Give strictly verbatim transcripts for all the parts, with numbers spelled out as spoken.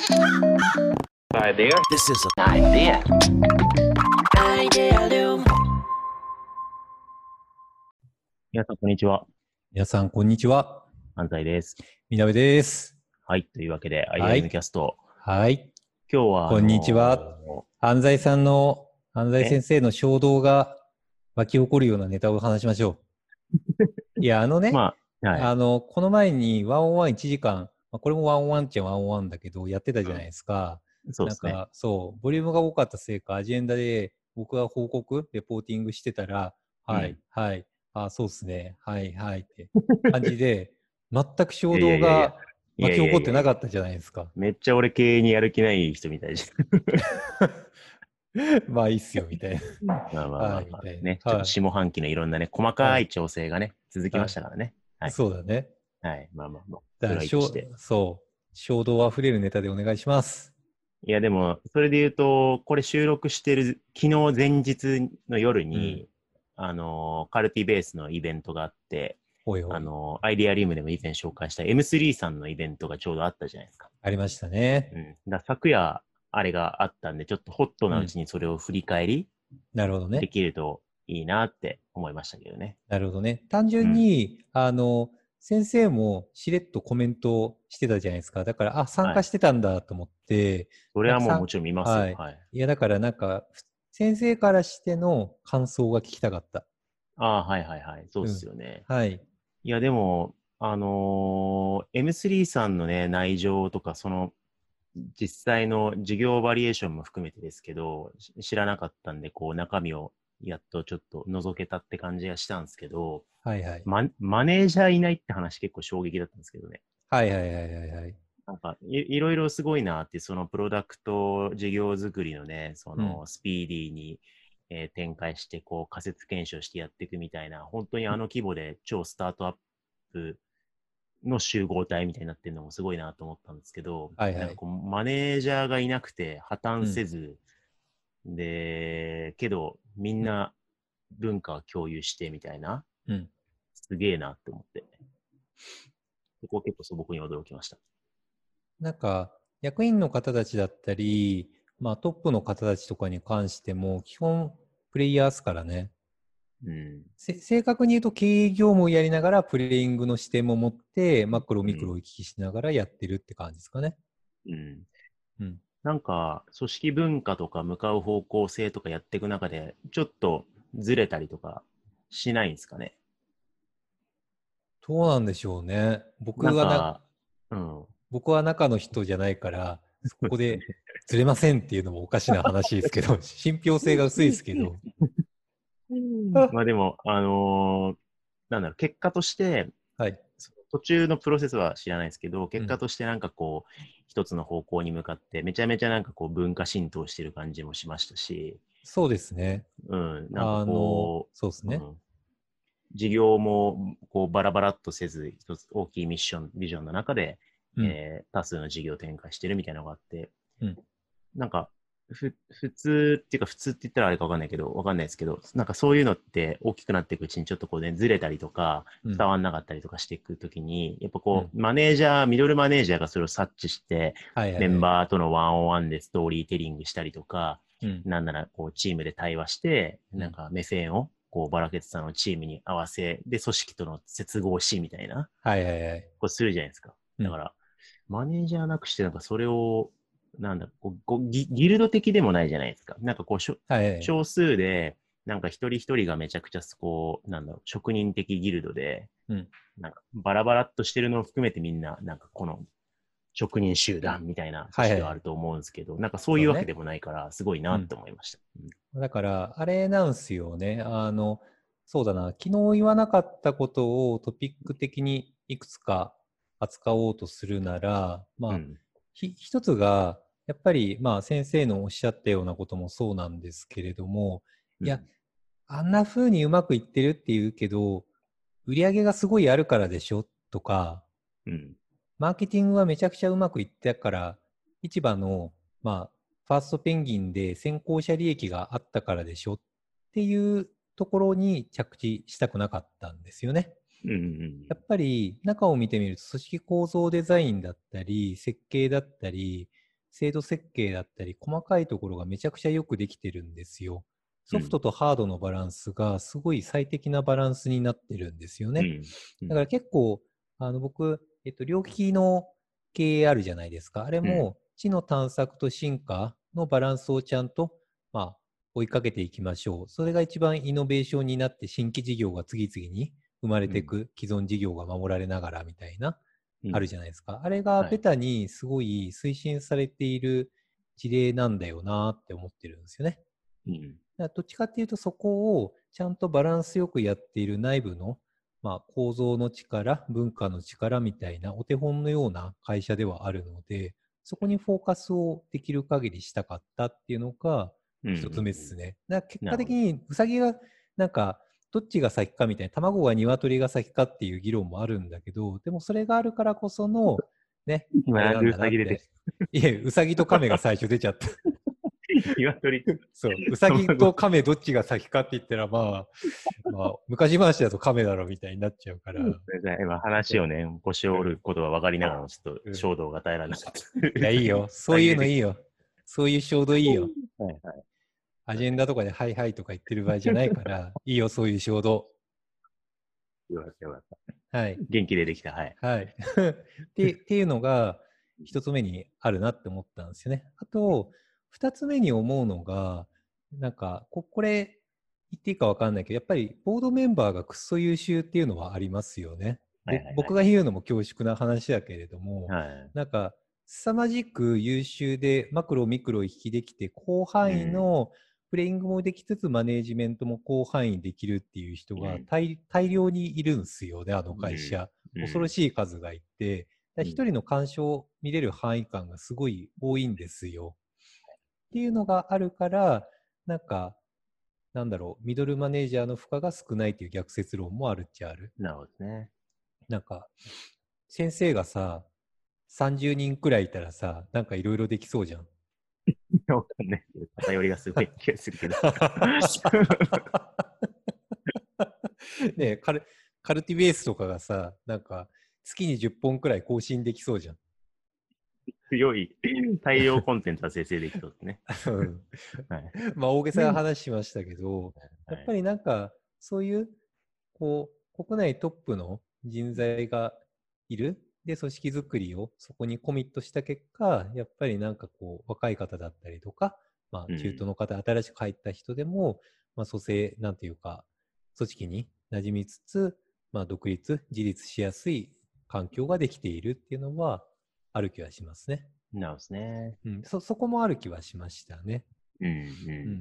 Idea. This is an idea. Idea. 皆さん、こんにちは。 皆さん、こんにちは。 安西です。 みなべです。 はい。というわけで、アイデアリムキャスト。 はい。 今日は、 こんにちは。安西さんの、安西先生の衝動が湧き起こるようなネタを話しましょう。いや、あのね、 まあ、はい、 あの、この前にワンオンワンいちじかん、まあ、これもワンオンワンっちゃワンオンワンだけど、やってたじゃないですか。 うん、そうですね。 なんか、そう、ボリュームが多かったせいか、アジェンダで僕が報告、レポーティングしてたら、はい、うん、はい、あ、そうですね、はい、はいって感じで、全く衝動が巻き起こってなかったじゃないですか。 めっちゃ俺経営にやる気ない人みたいじゃん。まあいいっすよ、みたいな。 まあまあまあ、まあはい、ね、ちょっと下半期のいろんなね、細かい調整がね、はい、続きましたからね。はい。 そうだね。 はい、まあまあまあ。 だからそう、衝動あふれるネタでお願いします。 いやでも、それで言うと、これ収録してる昨日前日の夜に、うん、あの、カルティベースのイベントがあって、 おいおい、 あの、アイデアリウムでも以前紹介した エムスリー さんのイベントがちょうどあったじゃないですか。 ありましたね。 うん。だ昨夜、あれがあったんで、ちょっとホットなうちにそれを振り返り、 うん、なるほどね。 できるといいなって思いましたけどね。 なるほどね。単純に、うん、あの、先生もしれっとコメントしてたじゃないですか。だから、あ、参加してたんだと思って。はい、 それはもうもちろん見ますよ。 はい。はい、いや、だからなんか、先生からしての感想が聞きたかった。 ああ、はいはいはい。そうですよね。 うん、はい。 いや、でも、あのー、エムスリー さんのね、内情とか、その、実際の授業バリエーションも含めてですけど、知らなかったんで、こう、中身をやっとちょっと覗けたって感じがしたんですけど、 はいはい。 マ、マネージャーいないって話結構衝撃だったんですけどね。 はいはいはいはいはい。 なんかい、いろいろすごいなって、そのプロダクト事業作りのね、そのスピーディーに、うん、えー、展開して、こう仮説検証してやっていくみたいな、本当にあの規模で超スタートアップの集合体みたいになってるのもすごいなと思ったんですけど、 はいはい、 なんかこうマネージャーがいなくて破綻せず、うん、で、けどみんな文化を共有してみたいな、うん、すげえなって思って、そこ結構素朴に驚きました。 なんか役員の方たちだったり、まあトップの方たちとかに関しても基本プレイヤーですからね。うん、正確に言うと経営業務をやりながらプレイングの視点も持ってマクロミクロを行き来しながらやってるって感じですかね。 うん。うん、なんか組織文化とか向かう方向性とかやっていく中でちょっとずれたりとかしないんですかね。 どうなんでしょうね。僕はな、うん、僕は中の人じゃないからそこでずれませんっていうのもおかしな話ですけど信憑性が薄いですけど。 まあでも、あのー、なんだろう、結果として、 はい、 途中のプロセスは知らないですけど、結果としてなんかこう、うん、一つの方向に向かって、めちゃめちゃなんかこう、文化浸透してる感じもしましたし。 そうですね。 うん、なんかこう、 そうですね。うん、 事業もこうバラバラっとせず、一つ大きいミッション、ビジョンの中で、うん、えー、多数の事業を展開してるみたいなのがあって、うん、なんか、ふ、普通っていうか普通って言ったらあれかわかんないけど、わかんないですけど、なんかそういうのって大きくなっていくうちにちょっとこうね、ずれたりとか、伝わんなかったりとかしていくときに、うん、やっぱこう、うん、マネージャー、ミドルマネージャーがそれを察知して、はいはいはい、メンバーとのワンオンワンでストーリーテリングしたりとか、うん、なんならこう、チームで対話して、なんか目線を、こう、ばらけてたのをチームに合わせ、で、組織との接合し、みたいな、 はいはいはい。 こうするじゃないですか。だから、うん、マネージャーなくしてなんかそれを、なんだこうギ、ギルド的でもないじゃないですか。なんかこう、はいはい、少数で、なんか一人一人がめちゃくちゃ、こう、なんだろう、職人的ギルドで、うん、なんかバラバラっとしてるのを含めてみんな、なんかこの、職人集団みたいな組織があると思うんですけど、はいはい、なんかそういうわけでもないから、すごいなって思いました。 うんうん、だから、あれなんすよね。あの、そうだな、昨日言わなかったことをトピック的にいくつか扱おうとするなら、まあ、うん、ひ一つが、やっぱり、まあ、先生のおっしゃったようなこともそうなんですけれども、うん、いや、あんな風にうまくいってるって言うけど、売り上げがすごいあるからでしょとか、うん、マーケティングはめちゃくちゃうまくいったから、市場の、まあ、ファーストペンギンで先行者利益があったからでしょっていうところに着地したくなかったんですよね。うんうん、やっぱり中を見てみると組織構造デザインだったり設計だったり制度設計だったり、細かいところがめちゃくちゃよくできてるんですよ。ソフトとハードのバランスがすごい最適なバランスになってるんですよね。うんうん、だから結構、あの僕、えっと、領域の経営あるじゃないですか。あれも、知の探索と進化のバランスをちゃんと、まあ、追いかけていきましょう。それが一番イノベーションになって新規事業が次々に生まれていく、うん、既存事業が守られながらみたいな、うん、あるじゃないですか。あれがベタにすごい推進されている事例なんだよなって思ってるんですよね。うん、だどっちかっていうとそこをちゃんとバランスよくやっている内部の、まあ、構造の力、文化の力みたいなお手本のような会社ではあるので、そこにフォーカスをできる限りしたかったっていうのが一つ目ですね。だから結果的にウサギがなんかどっちが先かみたいな、卵が鶏が先かっていう議論もあるんだけど、でもそれがあるからこそのね、あれなんだなって。いえ、ウサギとカメが最初出ちゃった。 鶏。 そう、ウサギとカメどっちが先かって言ったら、まあ、まあ、昔話だとカメだろみたいになっちゃうから。 今話をね、腰を折ることは分かりながらも、ちょっと衝動が与えられなかった。 いや、いいよ。そういうのいいよ。そういう衝動いいよ。はいはい。アジェンダとかでハイハイとか言ってる場合じゃないから、いいよ、そういう衝動。 よかったよかった。 はい。 元気でできた。はい。 はい。ってっていうのが、一つ目にあるなって思ったんですよね。あと、二つ目に思うのが、なんか、ここれ言っていいか分かんないけど、やっぱりボードメンバーがくっそ優秀っていうのはありますよね。はいはいはい、僕が言うのも恐縮な話だけれども、はい、なんか、凄まじく優秀でマクロミクロ引きできて、広範囲のプレイングもできつつ、マネージメントも広範囲できるっていう人が 大,、うん、大量にいるんですよね、あの会社。うん、恐ろしい数がいて、一人の鑑賞を見れる範囲感がすごい多いんですよ。っていうのがあるから、なんか、なんだろう、ミドルマネージャーの負荷が少ないっていう逆説論もあるっちゃある。 なるほどね。 なんか、先生がさ、さんじゅうにんくらいいたらさ、なんかいろいろできそうじゃん。 わかんない。偏りがすごい気がするけど。 ねえ、カル、カルティベースとかがさ、なんか月にじゅっぽんくらい更新できそうじゃん。 強い大量コンテンツは生成できそうですね。 はい、まあ大げさな話しましたけど、やっぱりなんかそういうこう国内トップの人材がいるで組織づくりをそこにコミットした結果、やっぱりなんかこう若い方だったりとか、まあ、中途の方、うん、新しく入った人でも、まあ、蘇生なんていうか組織に馴染みつつ、まあ、独立自立しやすい環境ができているっていうのはある気はしますね。 なるほどね。 うん、そ、そこもある気はしましたね。 うんうん。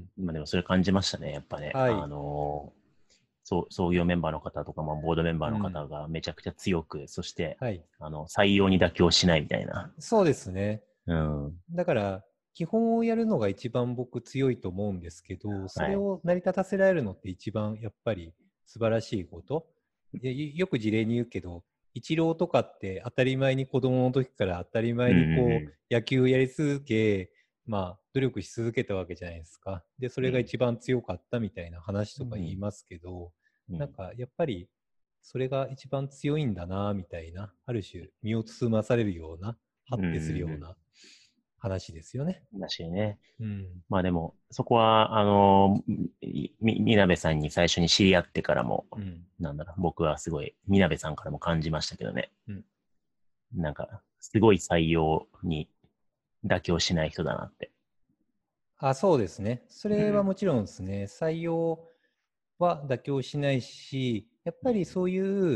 うん、まあでもそれ感じましたね、やっぱね。はい、あのー、そう創業メンバーの方とか、まあ、ボードメンバーの方がめちゃくちゃ強く、うん、そして、はい、あの採用に妥協しないみたいな。 そうですね。 うん、 だから基本をやるのが一番僕強いと思うんですけど、それを成り立たせられるのって一番やっぱり素晴らしいこと。よく事例に言うけど、イチローとかって当たり前に子供の時から当たり前にこう、うんうん、野球をやり続け、まあ努力し続けたわけじゃないですか。で、それが一番強かったみたいな話とか言いますけど、うんうん、なんかやっぱりそれが一番強いんだなみたいな、ある種身を包まされるような、ハッてするような話ですよね。 確かにね。 うん、 まあでも、そこは、あの、み、みなべさんに最初に知り合ってからも、うん、なんだろう、僕はすごい、みなべさんからも感じましたけどね。うん、なんか、すごい採用に妥協しない人だなって。 あ、そうですね。それはもちろんですね。うん、採用は妥協しないし、やっぱりそういう、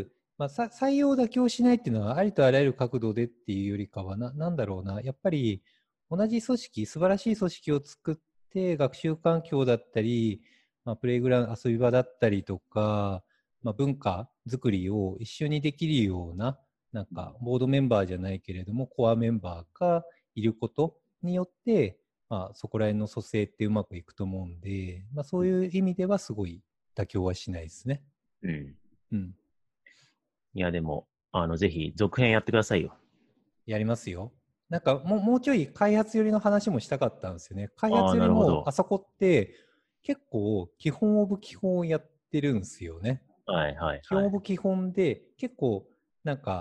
まあ、採用妥協しないっていうのはありとあらゆる角度でっていうよりかはな、なんだろうな、やっぱり同じ組織、素晴らしい組織を作って学習環境だったり、まあ、プレイグラウンド、遊び場だったりとか、まあ、文化作りを一緒にできるような、なんかボードメンバーじゃないけれども、コアメンバーがいることによって、まあ、そこら辺の組成ってうまくいくと思うんで、まあ、そういう意味ではすごい妥協はしないですね。 うん。うん。いや、でも、あの、ぜひ、続編やってくださいよ。 やりますよ。なんかもう、もうちょい開発寄りの話もしたかったんですよね。開発よりも、あそこって、結構、基本オブ基本をやってるんですよね。 はいはい、はい。 基本オブ基本で、結構、なんか、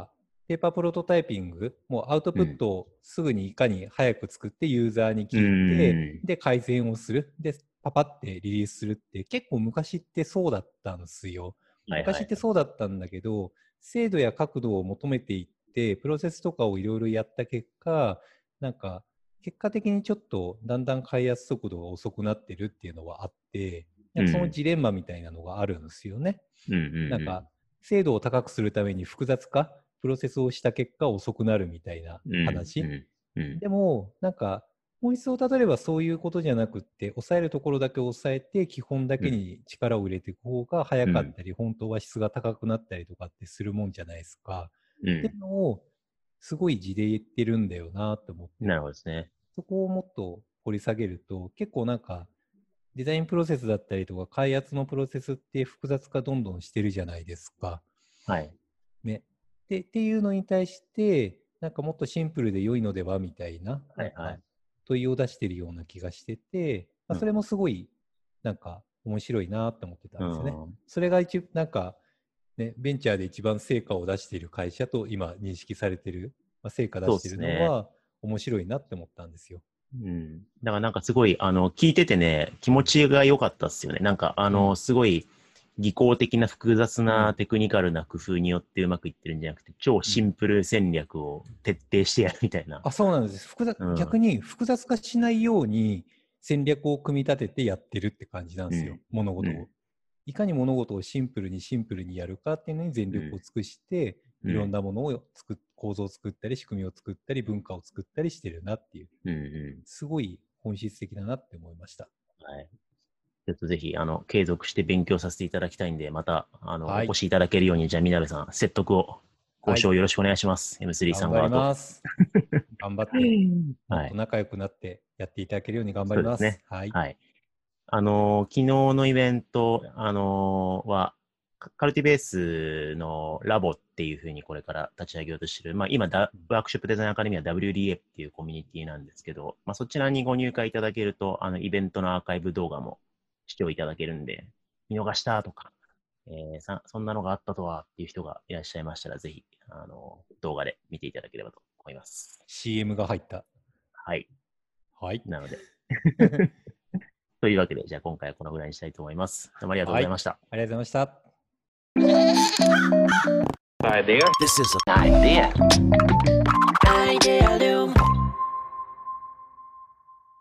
ペーパープロトタイピング、もうアウトプットをすぐにいかに早く作ってユーザーに聞いて、うん、で、改善をする。で、パパってリリースするって結構昔ってそうだったんですよ。昔ってそうだったんだけど、精度や角度を求めていって、プロセスとかをいろいろやった結果、なんか結果的にちょっとだんだん開発速度が遅くなってるっていうのはあって、なんかそのジレンマみたいなのがあるんですよね。 うんうんうん、 なんか精度を高くするために複雑化、プロセスをした結果遅くなるみたいな話。 うんうんうん、 でも、なんか本質をたどればそういうことじゃなくって、抑えるところだけ抑えて、基本だけに力を入れていく方が早かったり、うん、本当は質が高くなったりとかってするもんじゃないですか。うん、っていうのを、すごい字で言ってるんだよなと思って。 なるほどですね。 そこをもっと掘り下げると、結構なんか、デザインプロセスだったりとか、開発のプロセスって複雑化どんどんしてるじゃないですか。 はい。 ね。で、っていうのに対して、なんかもっとシンプルで良いのではみたいな、 はいはい、 問いを出してるような気がしてて、まあ、それもすごいなんか面白いなって思ってたんですよね。うん、それが一なんか、ね、ベンチャーで一番成果を出している会社と今認識されてる、まあ、成果出してるのは面白いなって思ったんですよ。 うん。だからなんかすごい、あの、聞いててね、気持ちが良かったっすよね。なんか、あの、うん、すごい、技巧的な複雑なテクニカルな工夫によってうまくいってるんじゃなくて、超シンプル戦略を徹底してやるみたいな。 あ、そうなんです。複雑、うん、逆に複雑化しないように戦略を組み立ててやってるって感じなんですよ、うん、物事を、うん。いかに物事をシンプルにシンプルにやるかっていうのに全力を尽くして、うん、いろんなものを作っ、構造を作ったり、仕組みを作ったり、文化を作ったりしてるなっていう、 うんうん、 すごい本質的だなって思いました。 はい。ちょっとぜひ、あの、継続して勉強させていただきたいんで、また、あの、はい、お越しいただけるように、じゃあ、みなべさん、説得を、交渉よろしくお願いします。はい、エムスリー さん側と。 頑張ります。頑張って、もっと仲良くなってやっていただけるように頑張ります。 そうですね。 はい。 はい。あの、昨日のイベント、あの、は、カルティベースのラボっていうふうにこれから立ち上げようとしてる、まあ今ワークショップデザインアカデミア ダブリューディーエー っていうコミュニティなんですけど、まあそちらにご入会いただけると、あのイベントのアーカイブ動画も視聴いただけるんで、見逃したとか、えー、さそんなのがあったとはっていう人がいらっしゃいましたら、ぜひ、あの、動画で見ていただければと思います。 シーエム が入った。 はい。 はい。 なので。というわけで、じゃあ今回はこのぐらいにしたいと思います。どうもありがとうございました。はい、 ありがとうございました。 Idea. This is an idea. Idea.